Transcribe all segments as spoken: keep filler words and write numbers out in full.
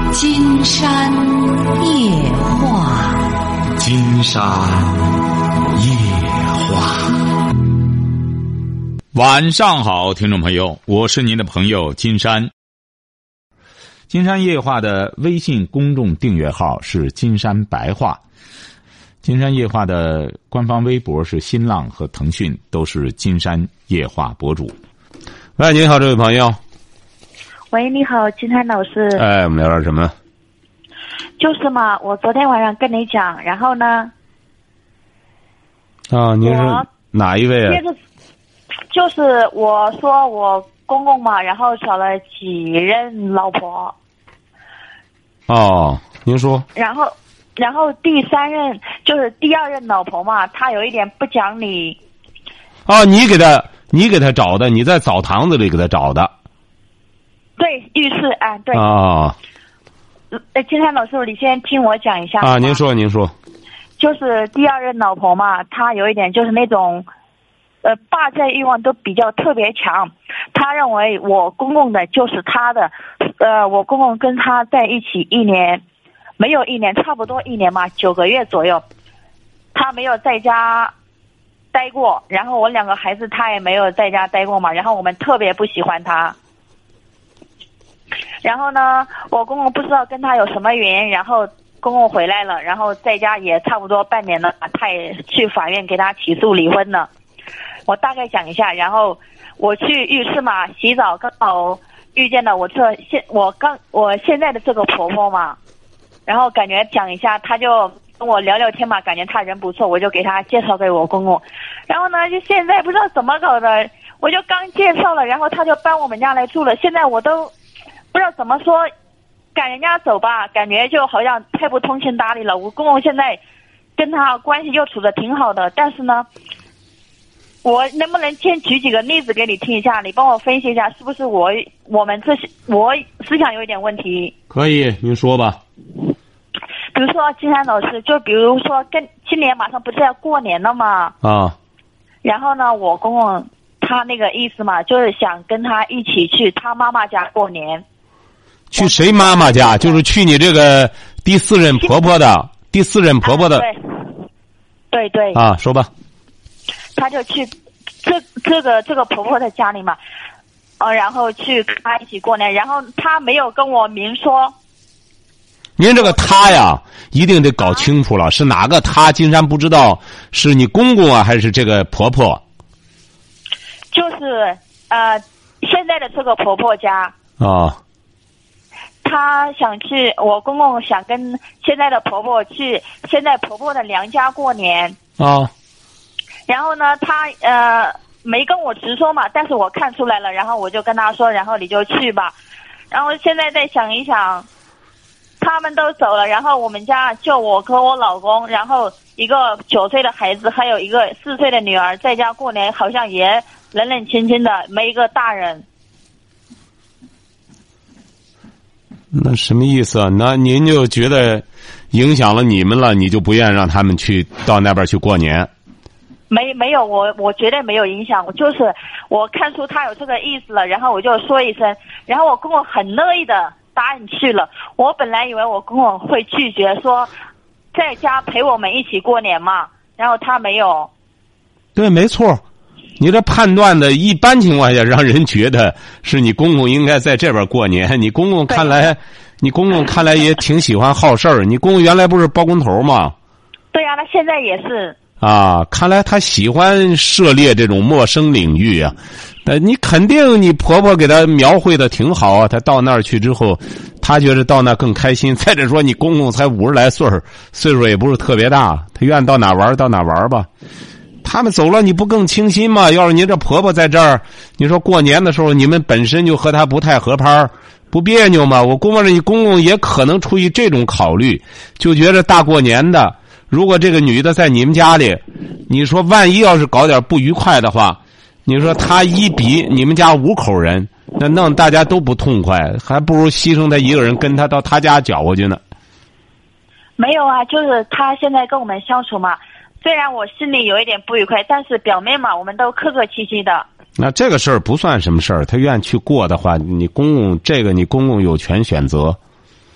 金山夜话， 金山夜话。晚上好，听众朋友，我是您的朋友金山。金山夜话的微信公众订阅号是金山白话，金山夜话的官方微博是新浪和腾讯，都是金山夜话博主。喂，您好，这位朋友。 喂，你好，金山老师。 哎，我们聊点什么？ 就是嘛，我昨天晚上跟你讲，然后呢？ 啊，您是哪一位啊？ 接着就是我说我公公嘛，然后找了几任老婆。 哦，您说。 然后，然后第三任就是第二任老婆嘛，她有一点不讲理。 哦，你给他，你给他找的，你在澡堂子里给他找的。 对，浴室啊，对。 啊。 呃，金山老师，你先听我讲一下。 啊，您说，您说。 就是第二任老婆嘛，她有一点就是那种，呃，霸占欲望都比较特别强。她认为我公公的就是她的，呃，我公公跟她在一起一年，没有一年，差不多一年嘛，九个月左右，她没有在家待过，然后我两个孩子她也没有在家待过嘛，然后我们特别不喜欢她。然后呢，我公公不知道跟他有什么原因，然后公公回来了，然后在家也差不多半年了，他也去法院给他起诉离婚了。我大概讲一下，然后我去浴室嘛洗澡，刚好遇见了我这现我刚我现在的这个婆婆嘛，然后感觉讲一下，他就跟我聊聊天嘛，感觉他人不错，我就给他介绍给我公公。然后呢，就现在不知道怎么搞的，我就刚介绍了，然后他就搬我们家来住了，现在我都不知道怎么说，赶人家走吧，感觉就好像太不通情达理了。我公公现在跟他关系又处得挺好的，但是呢，我能不能先举几个例子给你听一下？你帮我分析一下，是不是我我们这些我思想有一点问题？ 可以，您说吧。 比如说金山老师，就比如说跟今年马上不是要过年了吗？ 啊。然后呢，我公公他那个意思嘛，就是想跟他一起去他妈妈家过年。 去谁妈妈家？就是去你这个第四任婆婆的第四任婆婆的。 对对对。 啊，说吧。 他就去这这个这个婆婆的家里嘛，呃，然后去跟她一起过年，然后他没有跟我明说。 您这个他呀，一定得搞清楚了，啊、是哪个他？金山不知道，是你公公啊，还是这个婆婆？ 就是呃，现在的这个婆婆家。 啊。哦， 她想去，我公公想跟现在的婆婆去现在婆婆的娘家过年。 啊、哦。 然后呢，她呃没跟我直说嘛，但是我看出来了，然后我就跟她说，然后你就去吧。然后现在再想一想，他们都走了，然后我们家就我和我老公，然后一个九岁的孩子，还有一个四岁的女儿在家过年，好像也冷冷清清的，没一个大人。 那什么意思啊？那您就觉得影响了你们了，你就不愿让他们去到那边去过年？ 没没有，我我绝对没有影响，我就是我看出他有这个意思了，然后我就说一声，然后我公公很乐意的答应去了。我本来以为我公公会拒绝说在家陪我们一起过年嘛，然后他没有。 对，没错。你这判断的一般情况下让人觉得是你公公应该在这边过年，你公公看来你公公看来也挺喜欢好事儿，你公公原来不是包工头吗？ 对呀、啊，他现在也是啊，看来他喜欢涉猎这种陌生领域啊。那你肯定你婆婆给他描绘的挺好啊，他到那儿去之后他觉得到那更开心。再者说你公公才五十来岁岁数也不是特别大，他愿意到哪玩到哪玩吧。他们走了你不更清新吗？要是您这婆婆在这儿，你说过年的时候你们本身就和她不太合拍，不别扭吗？我估摸着你公公也可能出于这种考虑，就觉得大过年的，如果这个女的在你们家里，你说万一要是搞点不愉快的话，你说他一比你们家五口人，那弄大家都不痛快，还不如牺牲他一个人跟他到他家搅和去呢。 没有啊，就是他现在跟我们相处嘛，虽然我心里有一点不愉快，但是表面嘛我们都客客气气的。 那这个事儿不算什么事儿，他愿意去过的话，你公公这个你公公有权选择。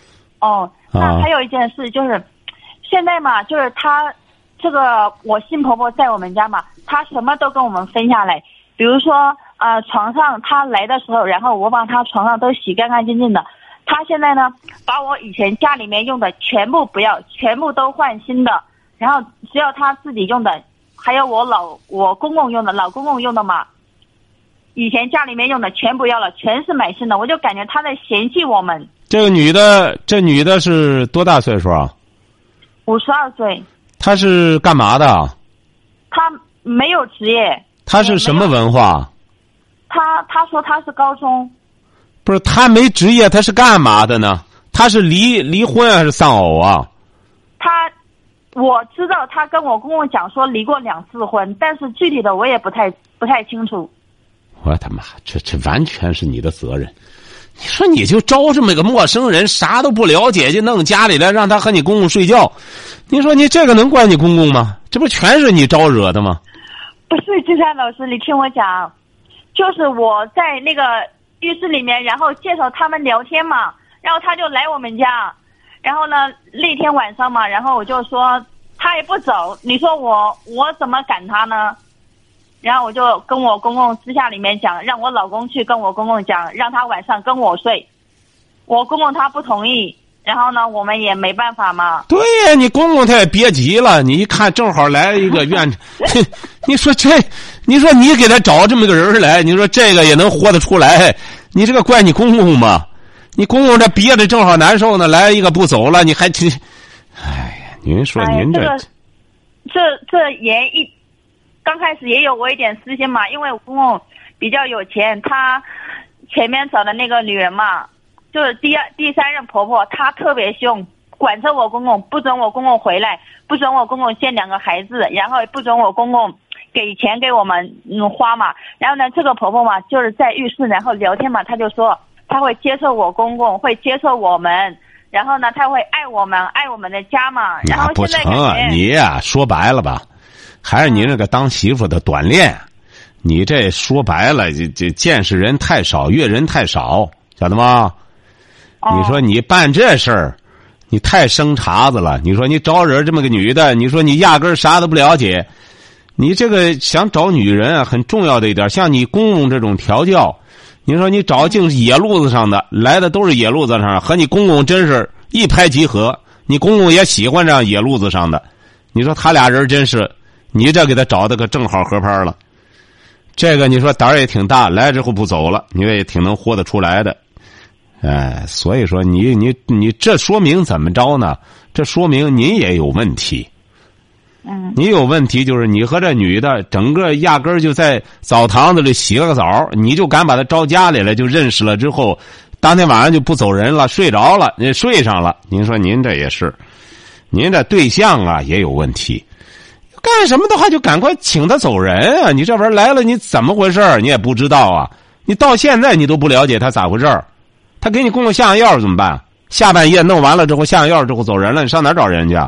哦，那还有一件事就是，啊、现在嘛，就是她这个我新婆婆在我们家嘛，她什么都跟我们分下来，比如说呃床上她来的时候，然后我把她床上都洗干干净净的。她现在呢，把我以前家里面用的全部不要，全部都换新的，然后只有她自己用的，还有我老我公公用的，老公公用的嘛，以前家里面用的全不要了，全是买新的。我就感觉她在嫌弃我们。 这个女的，这女的是多大岁数啊？ 五十二岁。 她是干嘛的？ 她没有职业。 她是什么文化？ 她她说她是高中。 不是，她没职业，她是干嘛的呢？她是离离婚还是丧偶啊？ 她，我知道她跟我公公讲说离过两次婚，但是具体的我也不太不太清楚。 我他妈，这这完全是你的责任。你说你就招这么个陌生人，啥都不了解，就弄家里来让他和你公公睡觉，你说你这个能怪你公公吗？这不全是你招惹的吗？ 不是，志山老师，你听我讲，就是我在那个浴室里面，然后介绍他们聊天嘛，然后他就来我们家，然后呢那天晚上嘛，然后我就说他也不走，你说我我怎么赶他呢？然后我就跟我公公私下里面讲，让我老公去跟我公公讲，让他晚上跟我睡。我公公他不同意，然后呢我们也没办法嘛。 对呀，你公公他也别急了，你一看正好来一个院你说这你说你给他找这么个人来，你说这个也能活得出来，你这个怪你公公吗？你公公这憋着正好难受呢，来一个不走了，你还去哎呀，您说您这、哎、 这这也一刚开始也有我一点私心嘛，因为我公公比较有钱，他前面找的那个女人嘛，就是第二第三任婆婆，她特别凶，管着我公公，不准我公公回来，不准我公公见两个孩子，然后也不准我公公给钱给我们嗯花嘛。然后呢，这个婆婆嘛，就是在浴室然后聊天嘛，她就说她会接受我公公，会接受我们，然后呢，她会爱我们，爱我们的家嘛。然后现在不成啊，你呀、啊、说白了吧。还是你那个当媳妇的短练，你这说白了，这这见识人太少，阅人太少，晓得吗？哦、你说你办这事儿，你太生茬子了。你说你招惹这么个女的，你说你压根儿啥都不了解，你这个想找女人啊，很重要的一点，像你公公这种调教，你说你找净野路子上的，来的都是野路子上，和你公公真是一拍即合，你公公也喜欢这样野路子上的，你说他俩人真是。你这给他找的可正好合拍了，这个你说胆儿也挺大，来之后不走了，你也挺能活得出来的，哎，所以说你你你这说明怎么着呢？这说明您也有问题。 嗯， 你有问题就是你和这女的整个压根儿就在澡堂子里洗了个澡，你就敢把她招家里来，就认识了之后，当天晚上就不走人了，睡着了，你睡上了。您说您这也是，您这对象啊也有问题。干什么的话就赶快请他走人啊！你这玩意儿来了，你怎么回事你也不知道啊！你到现在你都不了解他咋回事他给你公公下上药怎么办？下半夜弄完了之后下上药之后走人了，你上哪找人去？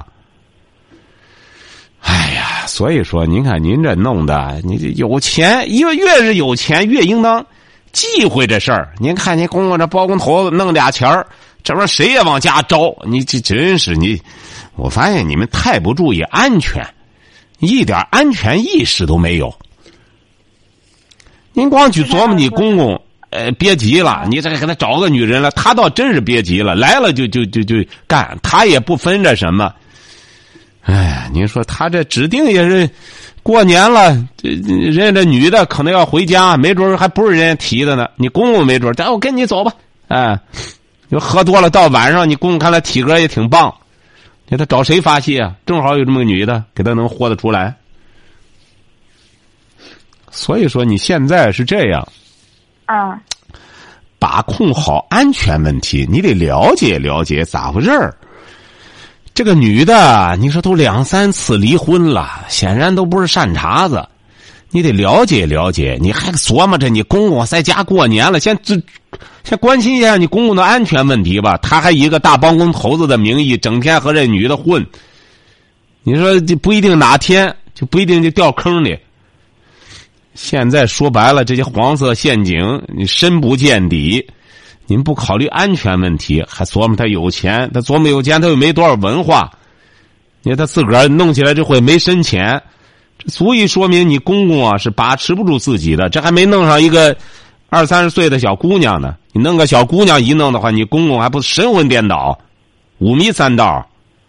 哎呀，所以说您看您这弄的，你有钱，越越是有钱越应当忌讳这事儿。您看您公公这包工头子弄俩钱儿，这玩意儿谁也往家招，你这真是你，我发现你们太不注意安全。一点安全意识都没有，您光去琢磨你公公，呃，别急了，你再给他找个女人了，他倒真是别急了，来了就就就就干，他也不分着什么。哎，您说他这指定也是过年了，人家这女的可能要回家，没准还不是人家提的呢。你公公没准，但我跟你走吧，哎，就喝多了到晚上，你公公看来体格也挺棒。给他找谁发泄啊？正好有这么个女的，给他能活得出来。所以说你现在是这样， 啊， 把控好安全问题，你得了解了解咋回事儿。这个女的，你说都两三次离婚了，显然都不是善茬子，你得了解了解。你还琢磨着你公公在家过年了，先这。先关心一下你公公的安全问题吧，他还以一个大帮工头子的名义，整天和这女的混。你说这不一定哪天就不一定就掉坑里。现在说白了，这些黄色陷阱你深不见底， 你们不考虑安全问题，还琢磨他有钱，他琢磨有钱，他又没多少文化，你看他自个儿弄起来这会没深浅，这足以说明你公公啊是把持不住自己的，这还没弄上一个二三十岁的小姑娘呢。你弄个小姑娘一弄的话，你公公还不神魂颠倒，五迷三道。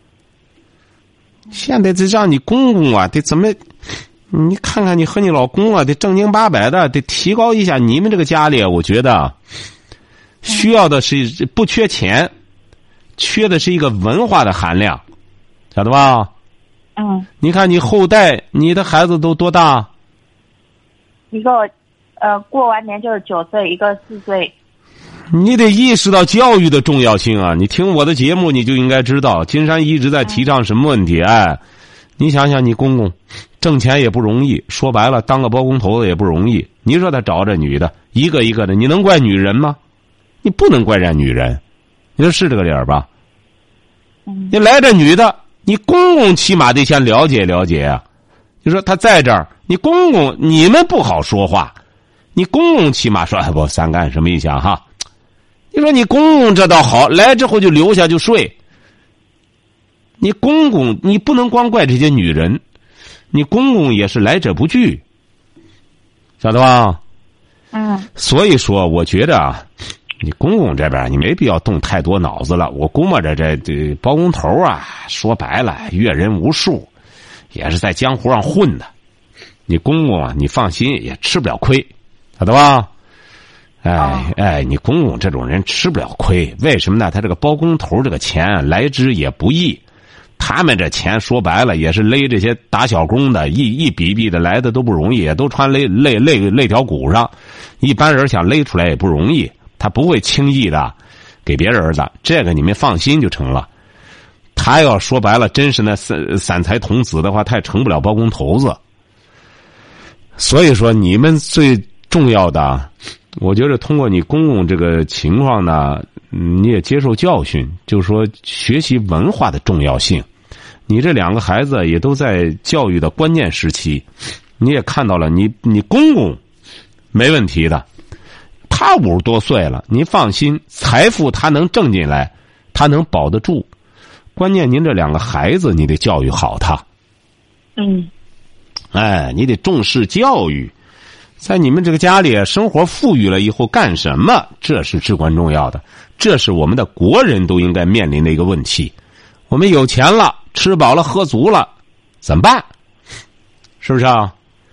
现在得让你公公啊，得怎么？你看看你和你老公啊，得正经八百的，得提高一下你们这个家里。我觉得需要的是不缺钱，缺的是一个文化的含量，晓得吧？ 嗯。 你看你后代，你的孩子都多大？ 一个呃过完年就是九岁，一个四岁。 你得意识到教育的重要性啊！你听我的节目，你就应该知道，金山一直在提倡什么问题。哎，你想想，你公公挣钱也不容易，说白了，当个包工头子也不容易。你说他找这女的，一个一个的，你能怪女人吗？你不能怪人女人，你说是这个理儿吧？你来这女的，你公公起码得先了解了解啊。你说他在这儿，你公公你们不好说话，你公公起码说哎不，咱干什么一下哈？你说你公公这倒好，来之后就留下就睡。你公公你不能光怪这些女人，你公公也是来者不拒，晓得吧？ 嗯。 所以说，我觉得啊，你公公这边你没必要动太多脑子了。我估摸着这这包工头啊，说白了阅人无数，也是在江湖上混的。你公公啊，你放心，也吃不了亏，晓得吧？哎哎，你公公这种人吃不了亏，为什么呢？他这个包工头这个钱来之也不易，他们这钱说白了也是勒这些打小工的，一一笔笔的来的都不容易，都穿勒勒勒勒条骨上，一般人想勒出来也不容易，他不会轻易的给别人的，这个你们放心就成了。他要说白了，真是那散散财童子的话，他也成不了包工头子。所以说，你们最重要的。我觉得通过你公公这个情况呢，你也接受教训，就是说学习文化的重要性。你这两个孩子也都在教育的关键时期，你也看到了，你你公公没问题的，他五十多岁了，您放心，财富他能挣进来，他能保得住。关键您这两个孩子，你得教育好他。 嗯。 哎，你得重视教育。在你们这个家里生活富裕了以后干什么，这是至关重要的，这是我们的国人都应该面临的一个问题。我们有钱了，吃饱了喝足了，怎么办？是不是啊？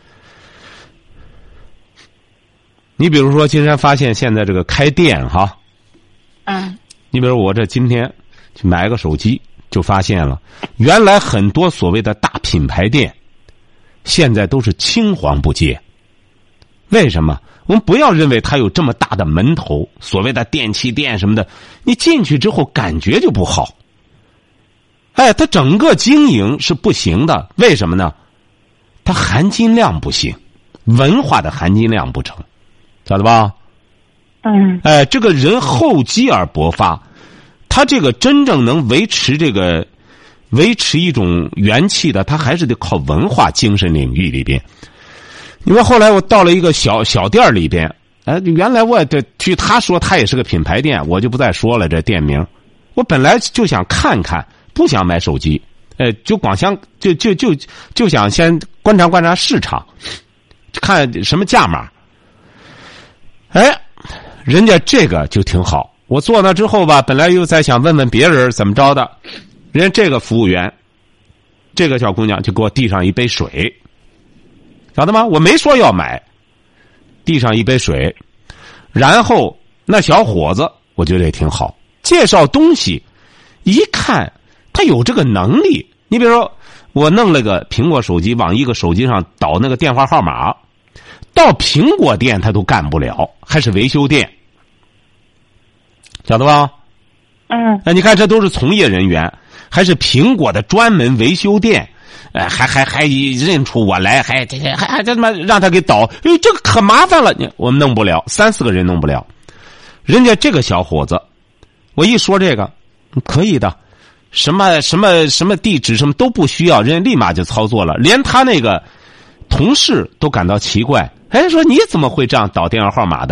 你比如说金山发现现在这个开店哈， 嗯， 你比如我这今天去买个手机，就发现了原来很多所谓的大品牌店现在都是青黄不接。为什么？我们不要认为它有这么大的门头，所谓的电器店什么的，你进去之后感觉就不好。哎，它整个经营是不行的。为什么呢？它含金量不行，文化的含金量不成，晓得吧？ 嗯。 哎，这个人厚积而薄发，他这个真正能维持这个维持一种元气的，他还是得靠文化精神领域里边。因为后来我到了一个小小店里边，哎，原来我这据他说他也是个品牌店，我就不再说了这店名。我本来就想看看，不想买手机，呃，就光想就就就就想先观察观察市场，看什么价码。哎，人家这个就挺好。我坐那之后吧，本来又在想问问别人怎么着的，人家这个服务员，这个小姑娘就给我递上一杯水。晓得吗？我没说要买，递上一杯水，然后那小伙子我觉得也挺好，介绍东西，一看他有这个能力。你比如说，我弄了个苹果手机，往一个手机上导那个电话号码，到苹果店他都干不了，还是维修店，晓得吧？ 嗯。 哎，你看这都是从业人员，还是苹果的专门维修店。哎，还还还认出我来，还还还还这他妈让他给导，哎，这个可麻烦了，你我们弄不了，三四个人弄不了。人家这个小伙子，我一说这个可以的，什么什么什么地址什么都不需要，人家立马就操作了，连他那个同事都感到奇怪，哎，说你怎么会这样导电话号码的？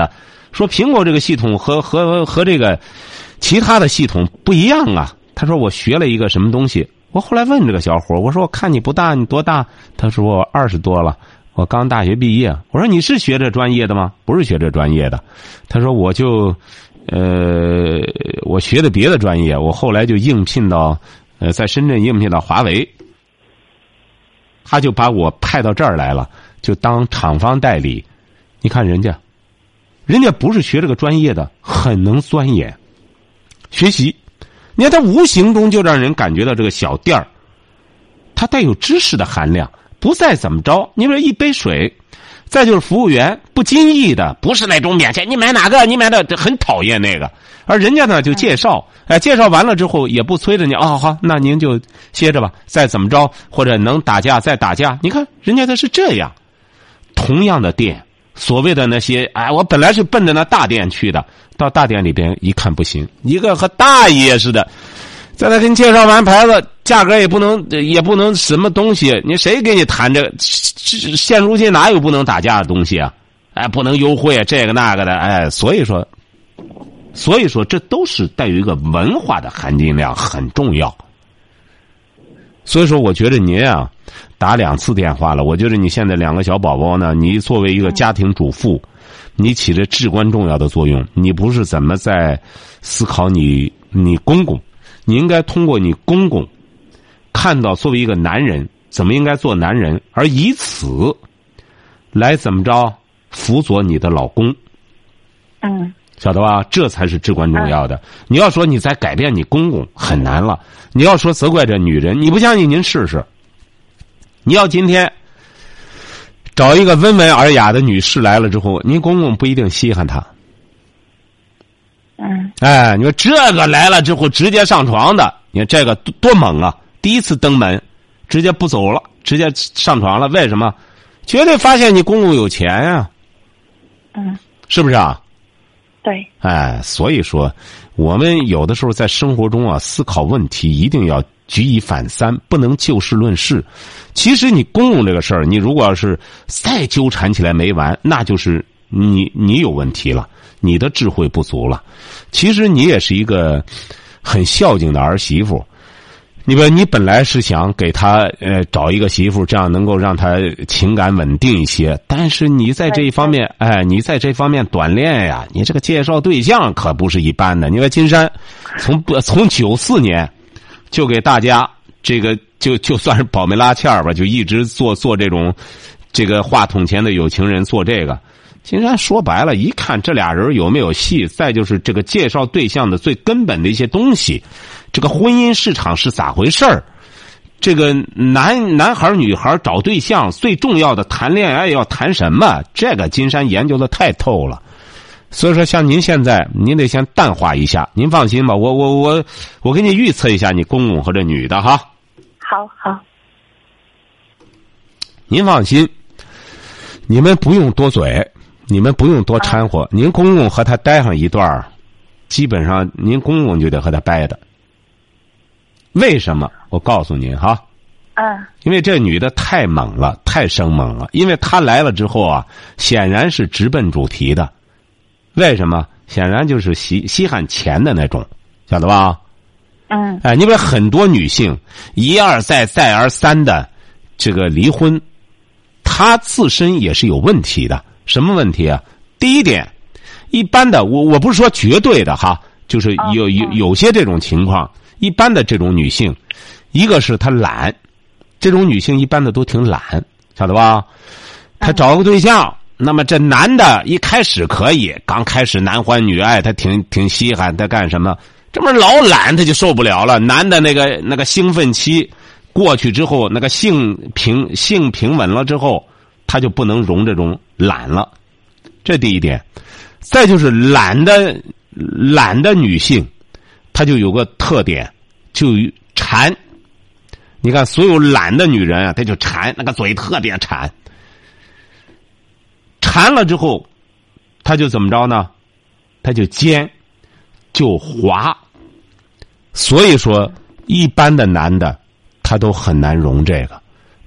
说苹果这个系统和和和这个其他的系统不一样啊。他说我学了一个什么东西，我后来问这个小伙，我说我看你不大，你多大？他说我二十多了，我刚大学毕业。我说你是学这专业的吗？不是学这专业的。他说我就呃我学的别的专业，我后来就应聘到呃在深圳应聘到华为，他就把我派到这儿来了，就当厂方代理。你看人家人家不是学这个专业的，很能钻研学习。你看他无形中就让人感觉到这个小店儿他带有知识的含量，不再怎么着，你比如一杯水，再就是服务员不经意的，不是那种免钱，你买哪个你买的，这很讨厌那个。而人家呢就介绍，哎，介绍完了之后也不催着你，哦好，那您就歇着吧，再怎么着，或者能打架再打架。你看人家他是这样。同样的店，所谓的那些，哎，我本来是奔着那大店去的，到大店里边一看不行，一个和大爷似的，在那给你介绍完牌子，价格也不能也不能什么东西，你谁给你谈这个？现如今哪有不能打架的东西啊？哎，不能优惠这个那个的，哎，所以说，所以说这都是带有一个文化的含金量，很重要。所以说，我觉得您啊，打两次电话了。我觉得你现在两个小宝宝呢，你作为一个家庭主妇，你起着至关重要的作用。你不是怎么在思考你你公公，你应该通过你公公看到作为一个男人怎么应该做男人，而以此来怎么着辅佐你的老公。 嗯。 晓得吧？这才是至关重要的。你要说你在改变你公公，很难了。你要说责怪这女人，你不相信您试试。你要今天找一个温文尔雅的女士来了之后，您公公不一定稀罕她。 嗯。 哎，你说这个来了之后直接上床的，你看这个多多猛啊！第一次登门，直接不走了，直接上床了。为什么？绝对发现你公公有钱呀、啊。 嗯。 是不是啊？ 对， 哎，所以说，我们有的时候在生活中啊，思考问题一定要举一反三，不能就事论事。其实你公公这个事儿，你如果要是再纠缠起来没完，那就是你你有问题了，你的智慧不足了。其实你也是一个很孝敬的儿媳妇。你比如你本来是想给他呃找一个媳妇，这样能够让他情感稳定一些，但是你在这一方面，哎，你在这方面短练呀，你这个介绍对象可不是一般的。你看金山，从从九四年就给大家这个就就算是保媒拉纤吧，就一直做做这种这个话筒前的有情人做这个。金山说白了，一看这俩人有没有戏，再就是这个介绍对象的最根本的一些东西。这个婚姻市场是咋回事儿？这个男男孩女孩找对象最重要的谈恋爱要谈什么？这个金山研究的太透了。所以说，像您现在，您得先淡化一下。您放心吧，我我我我给你预测一下你公公和这女的哈。 好好。 您放心，你们不用多嘴，你们不用多掺和。您公公和他待上一段儿，基本上您公公就得和他掰的。为什么？我告诉您哈， 嗯， 因为这女的太猛了，太生猛了。因为她来了之后啊，显然是直奔主题的。为什么？显然就是稀稀罕钱的那种，晓得吧？ 嗯， 哎，因为很多女性一而再再而三的这个离婚，她自身也是有问题的。什么问题啊？第一点，一般的，我我不是说绝对的哈，就是有有有些这种情况。一般的这种女性，一个是她懒，这种女性一般的都挺懒，晓得吧？她找个对象，那么这男的一开始可以，刚开始男欢女爱，他挺挺稀罕，他干什么？这么老懒，他就受不了了。男的那个那个兴奋期过去之后，那个性平性平稳了之后，他就不能容这种懒了。这第一点。再就是懒的懒的女性。她就有个特点，就馋。你看，所有懒的女人啊，她就馋，那个嘴特别馋。馋了之后，她就怎么着呢？她就尖，就滑。所以说，一般的男的，他都很难容这个。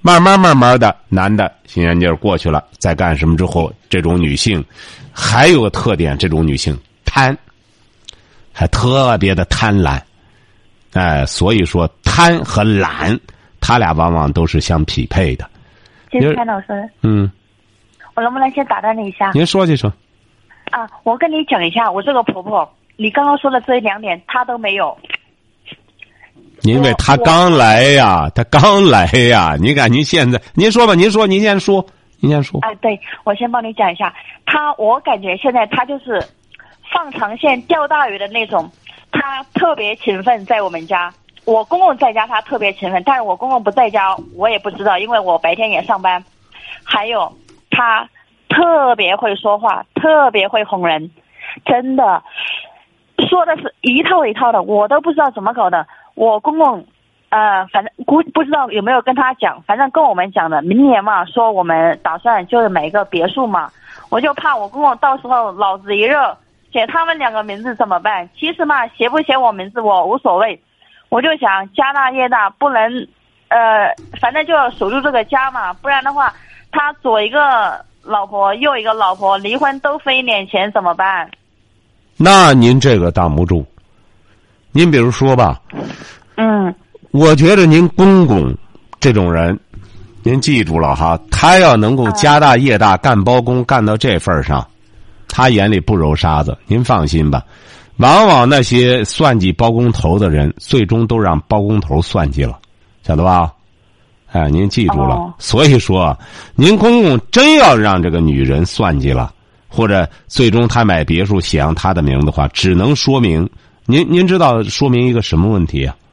慢慢慢慢的，男的新鲜劲儿过去了，再干什么之后，这种女性还有个特点，这种女性贪，还特别的贪婪。哎，所以说贪和懒，他俩往往都是相匹配的。 金山老师， 嗯， 我能不能先打断你一下？ 您说去说。 啊，我跟你讲一下，我这个婆婆，你刚刚说的这两点她都没有。 因为他刚来呀，他刚来呀，你看您现在，您说吧，您说，您先说，您先说。 啊，对，我先帮你讲一下，他，我感觉现在他就是放长线钓大鱼的那种，他特别勤奋，在我们家，我公公在家他特别勤奋，但是我公公不在家，我也不知道，因为我白天也上班。还有他特别会说话，特别会哄人，真的说的是一套一套的，我都不知道怎么搞的。我公公，呃，反正估不知道有没有跟他讲，反正跟我们讲的，明年嘛，说我们打算就是买一个别墅嘛，我就怕我公公到时候脑子一热，写他们两个名字怎么办？其实嘛，写不写我名字我无所谓，我就想家大业大，不能，呃，反正就要守住这个家嘛，不然的话，他左一个老婆右一个老婆，离婚都分一点钱怎么办？ 那您这个挡不住。您比如说吧， 嗯， 我觉得您公公这种人，您记住了哈，他要能够家大业大，干包工干到这份上，他眼里不揉沙子，您放心吧。往往那些算计包工头的人，最终都让包工头算计了，晓得吧？哎，您记住了。 哦、 所以说，您公公真要让这个女人算计了，或者最终他买别墅写上他的名的话，只能说明。您您知道说明一个什么问题啊？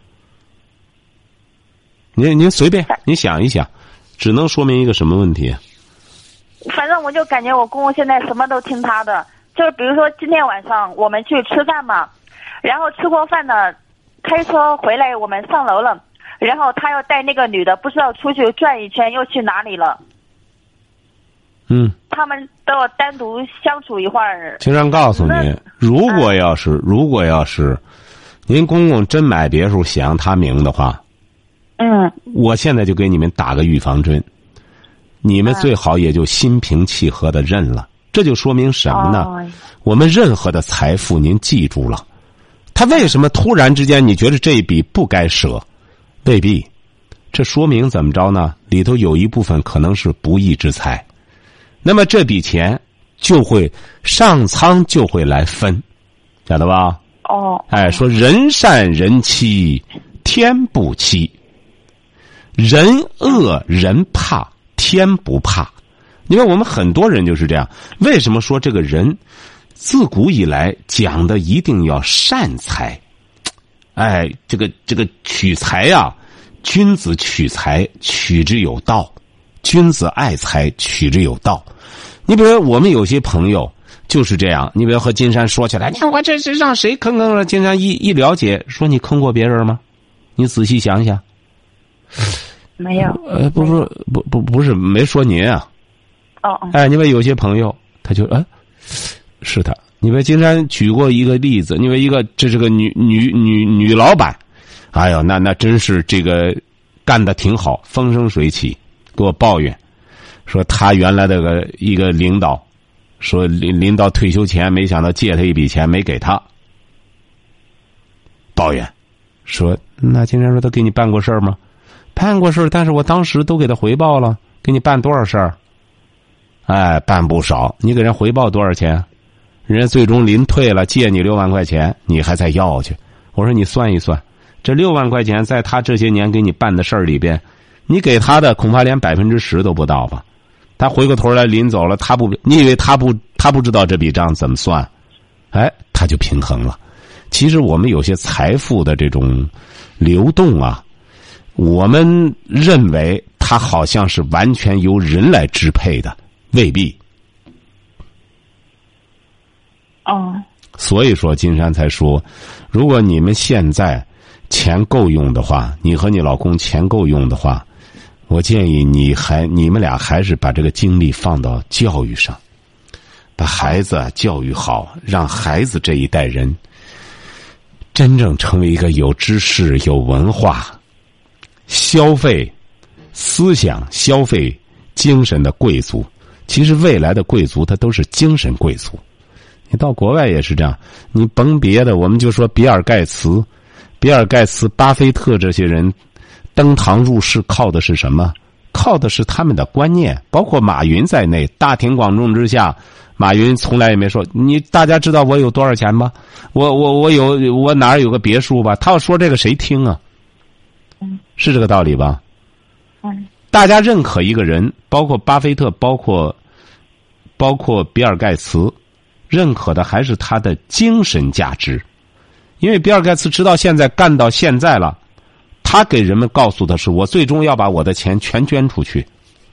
您您随便，您想一想，只能说明一个什么问题啊？ 反正我就感觉我公公现在什么都听他的，就是比如说今天晚上我们去吃饭嘛，然后吃过饭的，开车回来我们上楼了，然后他要带那个女的不知道出去转一圈又去哪里了。 嗯， 他们都要单独相处一会儿。青山告诉你，如果要是、啊、如果要是您公公真买别墅写上他名的话， 嗯， 我现在就给你们打个预防针，你们最好也就心平气和的认了。这就说明什么呢？哦、我们任何的财富您记住了，他为什么突然之间你觉得这一笔不该舍？未必，这说明怎么着呢？里头有一部分可能是不义之财。那么这笔钱就会上苍就会来分，晓得吧？ 哦， 哎，说人善人欺，天不欺；人恶人怕，天不怕。因为我们很多人就是这样。为什么说这个人自古以来讲的一定要善财？哎，这个这个取财啊，君子取财取之有道。君子爱财，取之有道。你比如我们有些朋友就是这样，你比如和金山说起来，你看我这是让谁坑坑了？金山一一了解，说你坑过别人吗？你仔细想想。 没有。 呃，不是，不不不是，没说您啊。 哦。 哎，你比如有些朋友，他就哎，是他。你比如金山举过一个例子，你比如一个这是个女女女女老板，哎呦，那那真是这个干得挺好，风生水起。给我抱怨，说他原来的个一个领导，说临临到退休前，没想到借他一笔钱没给他。抱怨，说那金山说他给你办过事儿吗？办过事儿，但是我当时都给他回报了。给你办多少事儿？哎，办不少。你给人回报多少钱？人家最终临退了，借你六万块钱，你还再要去。我说你算一算，这六万块钱在他这些年给你办的事儿里边。你给他的恐怕连百分之十都不到吧？他回过头来临走了，他不，你以为他不，他不知道这笔账怎么算？哎，他就平衡了。其实我们有些财富的这种流动啊，我们认为它好像是完全由人来支配的，未必。 哦。 所以说，金山才说，如果你们现在钱够用的话，你和你老公钱够用的话。我建议你还你们俩还是把这个精力放到教育上，把孩子教育好，让孩子这一代人真正成为一个有知识、有文化、消费思想消费精神的贵族。其实未来的贵族他都是精神贵族。你到国外也是这样，你甭别的，我们就说比尔盖茨、比尔盖茨、巴菲特这些人登堂入室靠的是什么？靠的是他们的观念，包括马云在内，大庭广众之下，马云从来也没说你大家知道我有多少钱吗？我我我有我哪儿有个别墅吧？他要说这个谁听啊？ 嗯， 是这个道理吧？ 嗯， 大家认可一个人，包括巴菲特，包括包括比尔盖茨。认可的还是他的精神价值，因为比尔盖茨直到现在干到现在了，他给人们告诉的是我最终要把我的钱全捐出去。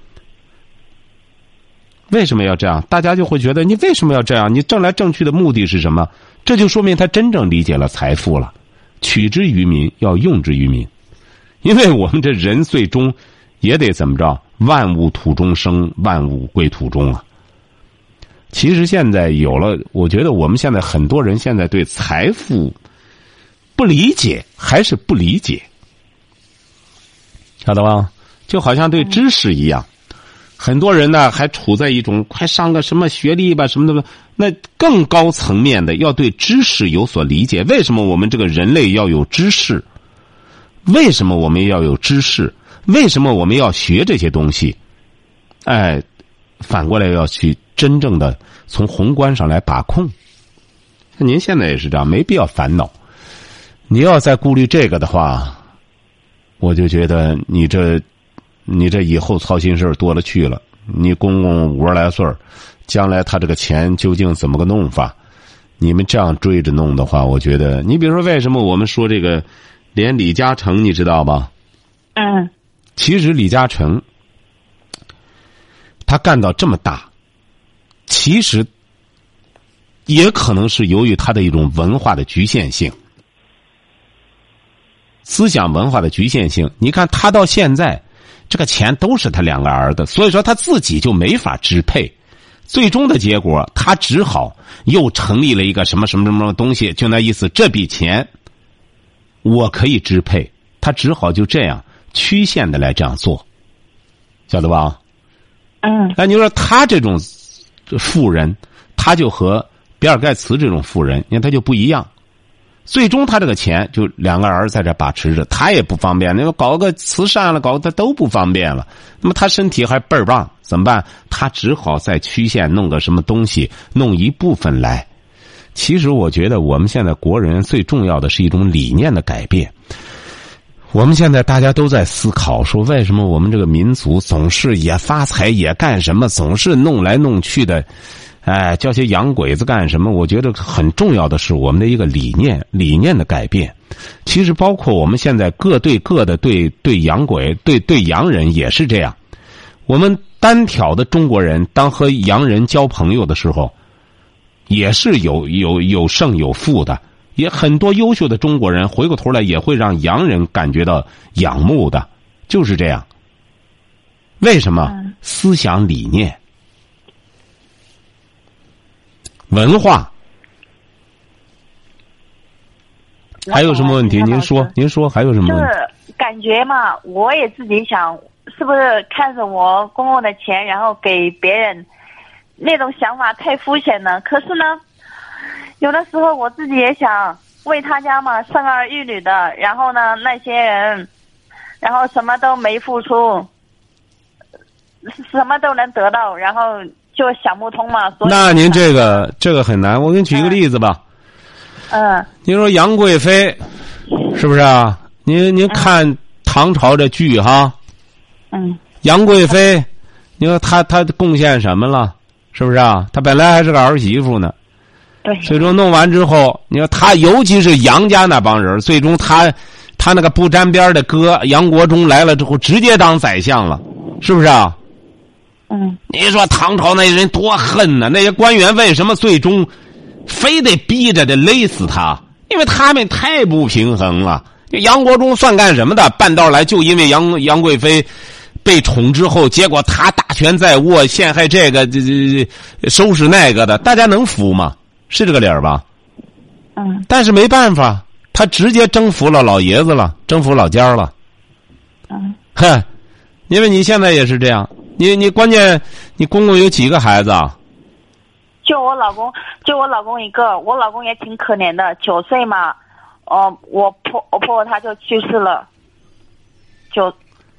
为什么要这样？大家就会觉得你为什么要这样？你挣来挣去的目的是什么？这就说明他真正理解了财富了，取之于民，要用之于民。因为我们这人最终也得怎么着？万物土中生，万物归土中啊。其实现在有了，我觉得我们现在很多人现在对财富不理解，还是不理解，晓得吧？就好像对知识一样，很多人呢还处在一种快上个什么学历吧什么的，那更高层面的要对知识有所理解。为什么我们这个人类要有知识？为什么我们要有知识？为什么我们要学这些东西？哎，反过来要去真正的从宏观上来把控。您现在也是这样，没必要烦恼。你要再顾虑这个的话，我就觉得你这你这以后操心事多了去了。你公公五十来岁，将来他这个钱究竟怎么个弄法？你们这样追着弄的话，我觉得你比如说为什么我们说这个连李嘉诚你知道吧？ 嗯， 其实李嘉诚他干到这么大，其实也可能是由于他的一种文化的局限性，思想文化的局限性。你看他到现在这个钱都是他两个儿子，所以说他自己就没法支配。最终的结果他只好又成立了一个什么什么什么东西，就那意思，这笔钱我可以支配，他只好就这样曲线的来这样做，晓得吧？ 嗯， 那你说他这种富人，他就和比尔盖茨这种富人，你看他就不一样。最终他这个钱就两个儿子在这把持着，他也不方便，那个搞个慈善了，搞他都不方便了。那么他身体还倍儿棒，怎么办？他只好在曲线弄个什么东西，弄一部分来。其实我觉得我们现在国人最重要的是一种理念的改变。我们现在大家都在思考说，为什么我们这个民族总是也发财也干什么，总是弄来弄去的，哎，叫些洋鬼子干什么？我觉得很重要的是我们的一个理念，理念的改变。其实包括我们现在各对各的对对洋鬼对对洋人也是这样。我们单挑的中国人，当和洋人交朋友的时候，也是有有有胜有负的。也很多优秀的中国人回过头来也会让洋人感觉到仰慕的，就是这样。为什么？思想理念、文化。还有什么问题？您说，您说还有什么问题？ 就是感觉嘛，我也自己想，是不是看着我公公的钱，然后给别人，那种想法太肤浅了。可是呢，有的时候我自己也想为他家嘛生儿育女的，然后呢那些人，然后什么都没付出，什么都能得到，然后就想不通嘛。所以那您这个这个很难，我给你举一个例子吧。 嗯。 您说杨贵妃，是不是啊？您您看唐朝这剧哈。 嗯。 杨贵妃，你说她她贡献什么了？是不是啊？她本来还是个儿媳妇呢。 对， 最终弄完之后，你说他，尤其是杨家那帮人，最终他他那个不沾边的哥杨国忠来了之后，直接当宰相了，是不是啊？ 嗯。 你说唐朝那些人多恨呢？那些官员为什么最终非得逼着得勒死他？因为他们太不平衡了。杨国忠算干什么的？半道来就因为杨杨贵妃被宠之后，结果他大权在握，陷害这个这这收拾那个的，大家能服吗？是这个理儿吧？ 嗯。 但是没办法，他直接征服了老爷子了，征服老家了。 嗯。 哼， 因为你现在也是这样，你你关键你公公有几个孩子啊？ 就我老公，就我老公一个，我老公也挺可怜的，九岁嘛，呃，我婆我婆婆她就去世了，就，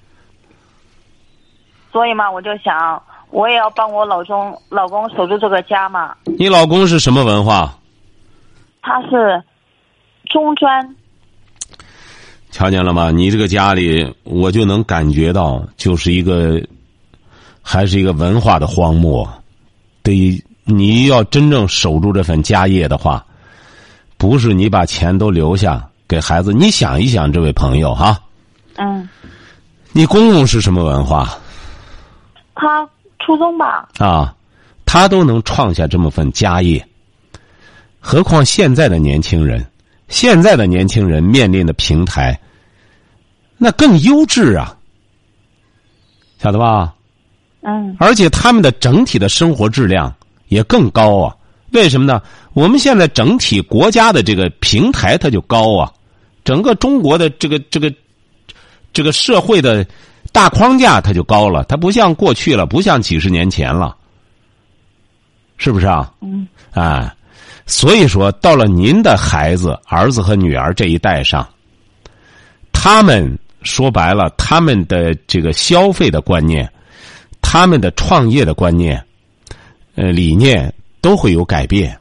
所以嘛，我就想，我也要帮我老公老公守住这个家嘛。 你老公是什么文化？ 他是中专。 瞧见了吗？你这个家里，我就能感觉到，就是一个，还是一个文化的荒漠。得，你要真正守住这份家业的话，不是你把钱都留下给孩子。你想一想，这位朋友哈， 嗯， 你公公是什么文化？ 他初中吧。 啊，他都能创下这么份家业，何况现在的年轻人，现在的年轻人面临的平台，那更优质啊，晓得吧？ 嗯。 而且他们的整体的生活质量也更高啊。为什么呢？我们现在整体国家的这个平台它就高啊，整个中国的这个这个这个社会的大框架它就高了，它不像过去了，不像几十年前了，是不是啊？ 嗯。 哎，所以说到了您的孩子儿子和女儿这一代上，他们说白了，他们的这个消费的观念，他们的创业的观念，呃理念都会有改变。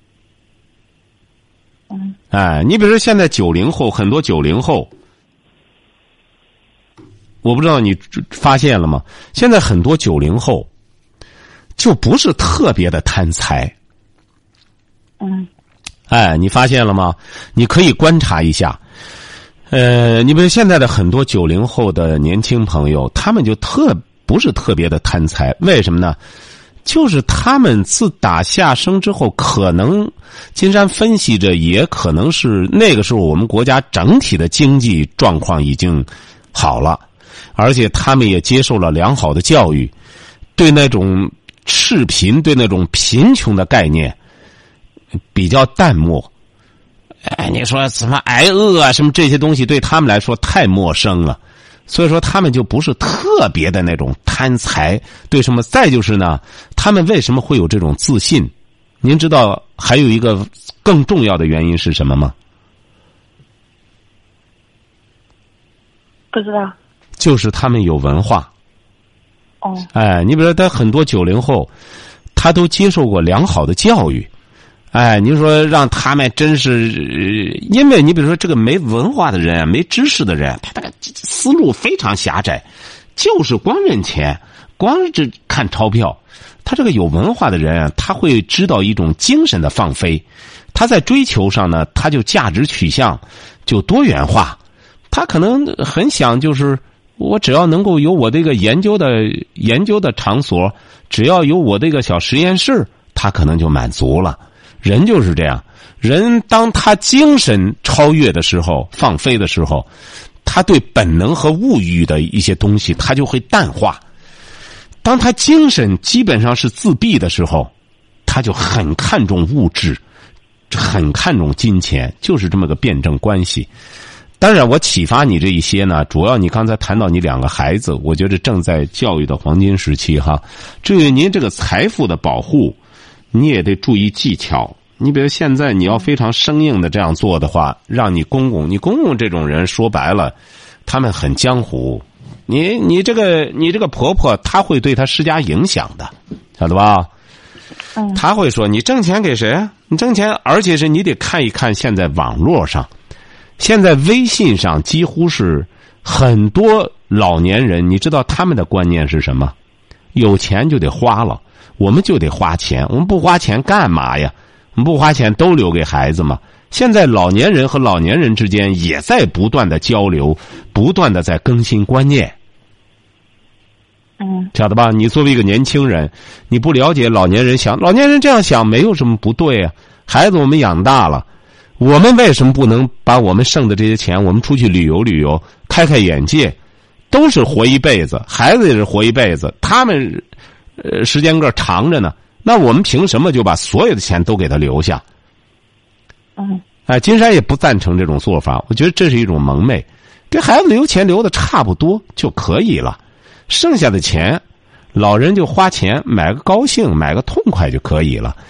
嗯。 哎，你比如说现在九零后，很多九零后，我不知道你发现了吗？现在很多九零后就不是特别的贪财。 嗯。 哎，你发现了吗？你可以观察一下。呃，你比如现在的很多九零后的年轻朋友，他们就特不是特别的贪财，为什么呢？就是他们自打下生之后，可能金山分析着，也可能是那个时候我们国家整体的经济状况已经好了，而且他们也接受了良好的教育，对那种赤贫、对那种贫穷的概念比较淡漠。哎，你说什么挨饿啊，什么这些东西对他们来说太陌生了，所以说他们就不是特别的那种贪财。对什么？再就是呢，他们为什么会有这种自信？您知道还有一个更重要的原因是什么吗？ 不知道。 就是他们有文化。 哦。 哎，你比如说他很多九零后，他都接受过良好的教育。哎，你说让他们真是，因为你比如说这个没文化的人，没知识的人，他这个思路非常狭窄，就是光认钱，光这看钞票。他这个有文化的人，他会知道一种精神的放飞，他在追求上呢，他就价值取向就多元化，他可能很想就是我只要能够有我这个研究的研究的场所，只要有我这个小实验室，他可能就满足了。人就是这样，人当他精神超越的时候，放飞的时候，他对本能和物欲的一些东西他就会淡化。当他精神基本上是自闭的时候，他就很看重物质，很看重金钱，就是这么个辩证关系。当然我启发你这一些呢，主要你刚才谈到你两个孩子，我觉得正在教育的黄金时期哈。至于您这个财富的保护，你也得注意技巧。你比如现在你要非常生硬的这样做的话，让你公公，你公公这种人说白了，他们很江湖。你你这个你这个婆婆，她会对她施加影响的，晓得吧？ 嗯。 她会说你挣钱给谁啊？你挣钱，而且是你得看一看现在网络上，现在微信上几乎是很多老年人，你知道他们的观念是什么？有钱就得花了。我们就得花钱，我们不花钱干嘛呀？我们不花钱都留给孩子嘛。现在老年人和老年人之间也在不断的交流，不断的在更新观念。 嗯， 晓得吧？你作为一个年轻人，你不了解老年人想，老年人这样想没有什么不对啊。孩子我们养大了，我们为什么不能把我们剩的这些钱，我们出去旅游旅游，开开眼界？都是活一辈子，孩子也是活一辈子，他们呃，时间个长着呢，那我们凭什么就把所有的钱都给他留下？ 嗯， 哎，金山也不赞成这种做法，我觉得这是一种蒙昧，给孩子留钱留的差不多就可以了。 剩下的钱，老人就花钱买个高兴，买个痛快就可以了。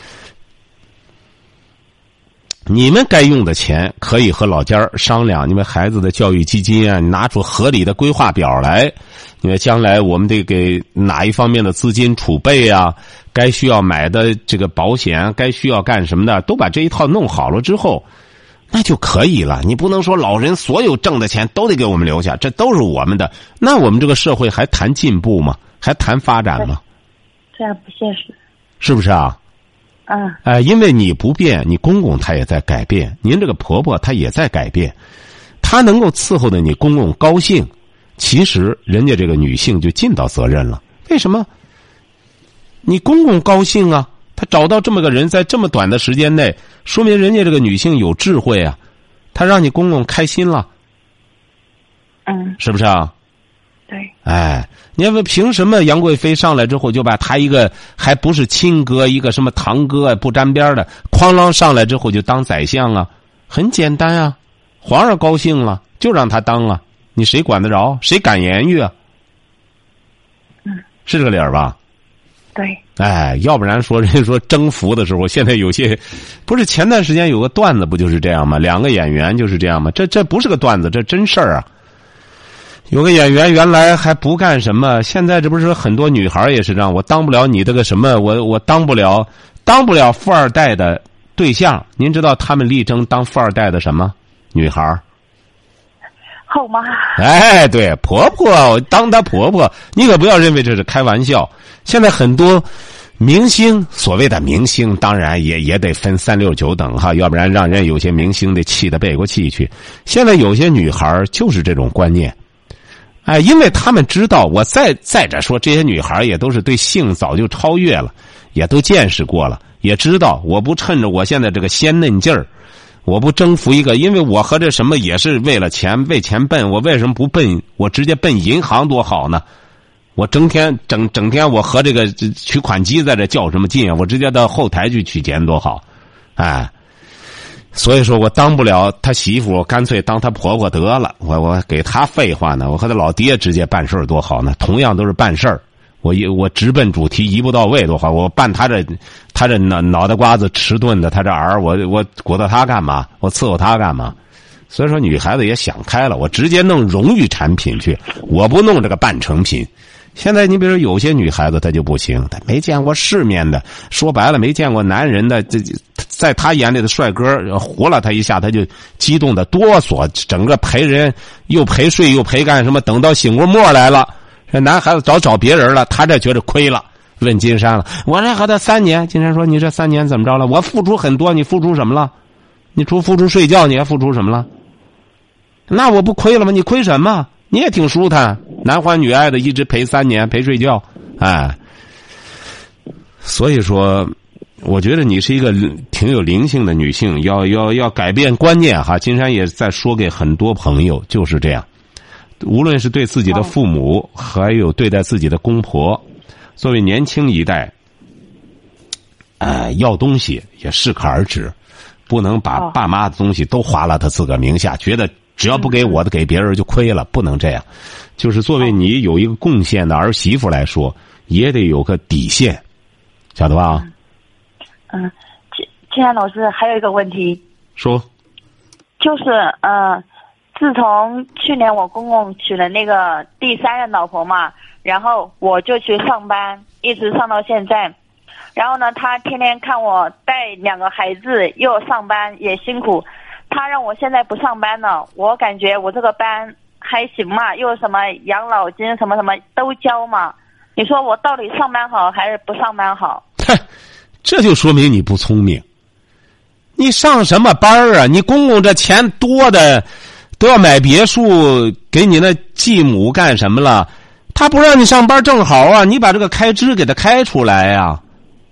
你们该用的钱可以和老家商量，你们孩子的教育基金啊，你拿出合理的规划表来，因为将来我们得给哪一方面的资金储备啊，该需要买的这个保险，该需要干什么的，都把这一套弄好了之后，那就可以了。你不能说老人所有挣的钱都得给我们留下，这都是我们的，那我们这个社会还谈进步吗？还谈发展吗？ 这样不现实， 是不是啊？ 嗯， 哎、呃，因为你不变，你公公他也在改变，您这个婆婆她也在改变，她能够伺候的你公公高兴，其实人家这个女性就尽到责任了。为什么？你公公高兴啊，他找到这么个人，在这么短的时间内，说明人家这个女性有智慧啊，她让你公公开心了， 嗯， 是不是啊？ 对， 哎，你要凭什么杨贵妃上来之后就把他一个还不是亲哥，一个什么堂哥不沾边的，哐啷上来之后就当宰相啊？很简单啊，皇上高兴了就让他当啊，你谁管得着？谁敢言语啊？ 嗯， 是这个理儿吧？ 对， 哎，要不然说人家说征服的时候，现在有些不是前段时间有个段子不就是这样吗？两个演员就是这样吗？这这不是个段子，这真事儿啊。有个演员原来还不干什么，现在这不是很多女孩也是这样，我当不了你这个什么，我我当不了当不了富二代的对象。您知道他们力争当富二代的什么女孩？ 后妈。 哎，对，婆婆，当她婆婆，你可不要认为这是开玩笑。现在很多明星，所谓的明星，当然也也得分三六九等哈，要不然让人有些明星得气得背过气去。现在有些女孩就是这种观念。哎，因为他们知道，我再再者说，这些女孩也都是对性早就超越了，也都见识过了，也知道我不趁着我现在这个鲜嫩劲儿，我不征服一个，因为我和这什么也是为了钱，为钱奔，我为什么不奔？我直接奔银行多好呢？我整天整整天我和这个取款机在这较什么劲啊？我直接到后台去取钱多好，哎。所以说我当不了他媳妇，我干脆当他婆婆得了。我我给他废话呢，我和他老爹直接办事儿多好呢。同样都是办事儿，我一我直奔主题，一步到位多好。我办他这他这脑脑袋瓜子迟钝的他这儿，我我鼓捣他干嘛？我伺候他干嘛？所以说女孩子也想开了，我直接弄荣誉产品去，我不弄这个半成品。现在你比如说有些女孩子她就不行，她没见过世面的，说白了没见过男人的，这在她眼里的帅哥活了她一下，她就激动的哆嗦，整个陪人又陪睡又陪干什么，等到醒过末来了，这男孩子找找别人了，他这觉得亏了，问金山了，我这和他三年，金山说你这三年怎么着了？我付出很多，你付出什么了？你除付出睡觉，你还付出什么了？那我不亏了吗？你亏什么？你也挺舒坦，男欢女爱的，一直陪三年，陪睡觉，哎。所以说，我觉得你是一个挺有灵性的女性，要要要改变观念哈。金山也在说给很多朋友，就是这样。无论是对自己的父母，还有对待自己的公婆，作为年轻一代，呃，要东西也适可而止，不能把爸妈的东西都花了他自个名下，觉得只要不给我的给别人就亏了，不能这样。就是作为你有一个贡献的儿媳妇来说，也得有个底线，晓得吧？ 嗯，金金山老师还有一个问题， 说， 就是呃，自从去年我公公娶了那个第三任老婆嘛，然后我就去上班，一直上到现在。然后呢，他天天看我带两个孩子，又上班也辛苦。他让我现在不上班了，我感觉我这个班还行嘛，又什么养老金什么什么都交嘛。你说我到底上班好还是不上班好？ 哼，这就说明你不聪明。你上什么班啊？你公公这钱多的都要买别墅给你那继母干什么了？他不让你上班正好啊，你把这个开支给他开出来呀、啊。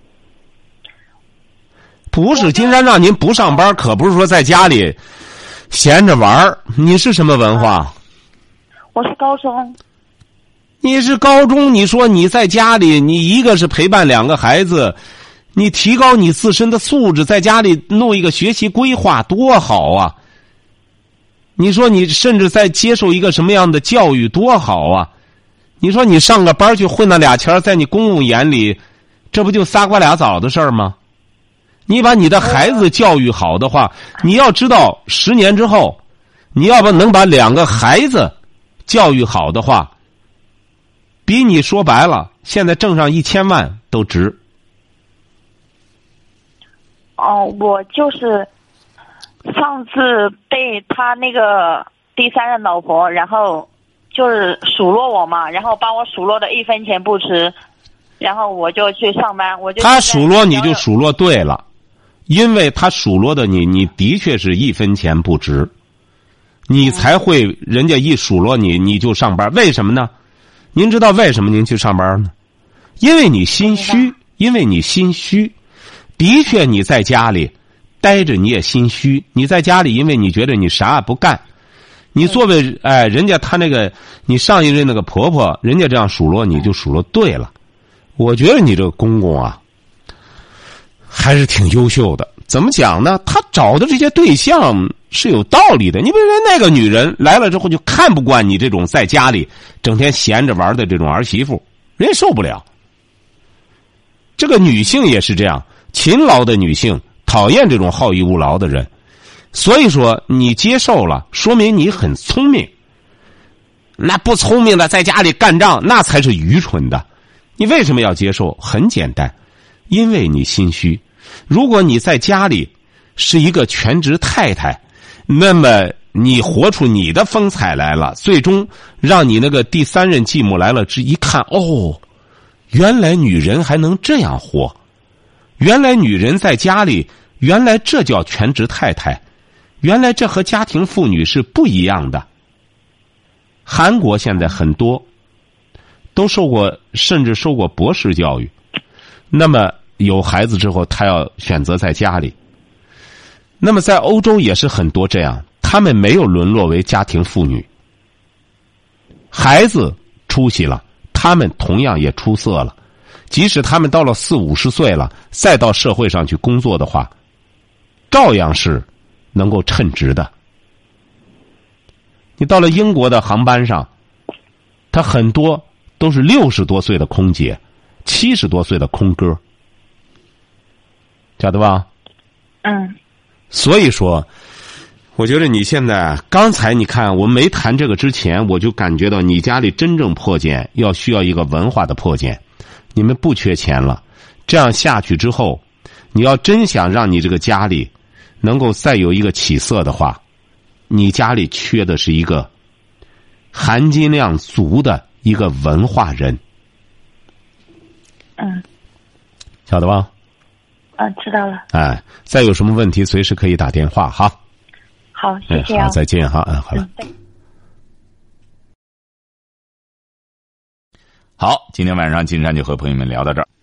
不是金山让您不上班，可不是说在家里闲着玩儿。你是什么文化？ 我是高中。 你是高中，你说你在家里，你一个是陪伴两个孩子，你提高你自身的素质，在家里弄一个学习规划多好啊！你说你甚至在接受一个什么样的教育多好啊！ 你说你上个班去混那俩钱，在你公公眼里，这不就仨瓜俩枣的事儿吗？你把你的孩子教育好的话，你要知道十年之后，你要不能把两个孩子教育好的话，比你说白了现在挣上一千万都值。 哦，我就是上次被他那个第三任老婆，然后就是数落我嘛，然后把我数落的一分钱不值，然后我就去上班。我就他数落你就数落对了，因为他数落的你，你的确是一分钱不值，你才会人家一数落你你就上班。为什么呢？您知道为什么您去上班呢？因为你心虚，因为你心虚。的确你在家里待着你也心虚，你在家里因为你觉得你啥也不干，你作为哎人家他那个你上一任那个婆婆，人家这样数落你就数落对了。我觉得你这个公公啊还是挺优秀的。怎么讲呢？他找的这些对象是有道理的。你比如说那个女人来了之后就看不惯你这种在家里整天闲着玩的这种儿媳妇，人家受不了。这个女性也是这样，勤劳的女性讨厌这种好逸恶劳的人，所以说你接受了，说明你很聪明。那不聪明的在家里干仗，那才是愚蠢的。你为什么要接受？很简单，因为你心虚。如果你在家里是一个全职太太，那么你活出你的风采来了，最终让你那个第三任继母来了之一看，哦，原来女人还能这样活，原来女人在家里，原来这叫全职太太，原来这和家庭妇女是不一样的。韩国现在很多都受过，甚至受过博士教育，那么有孩子之后他要选择在家里。那么在欧洲也是很多这样，他们没有沦落为家庭妇女，孩子出息了，他们同样也出色了。即使他们到了四五十岁了，再到社会上去工作的话，照样是能够称职的。你到了英国的航班上，他很多都是六十多岁的空姐，七十多岁的空哥，晓得吧？ 嗯。 所以说，我觉得你现在刚才你看我没谈这个之前，我就感觉到你家里真正破茧要需要一个文化的破茧。你们不缺钱了，这样下去之后，你要真想让你这个家里能够再有一个起色的话，你家里缺的是一个含金量足的一个文化人。 嗯， 晓得吧？ 嗯，知道了。 哎，再有什么问题随时可以打电话哈。 好，谢谢啊。 哎、好，再见哈。嗯，好了。 嗯， 好，今天晚上金山就和朋友们聊到这儿。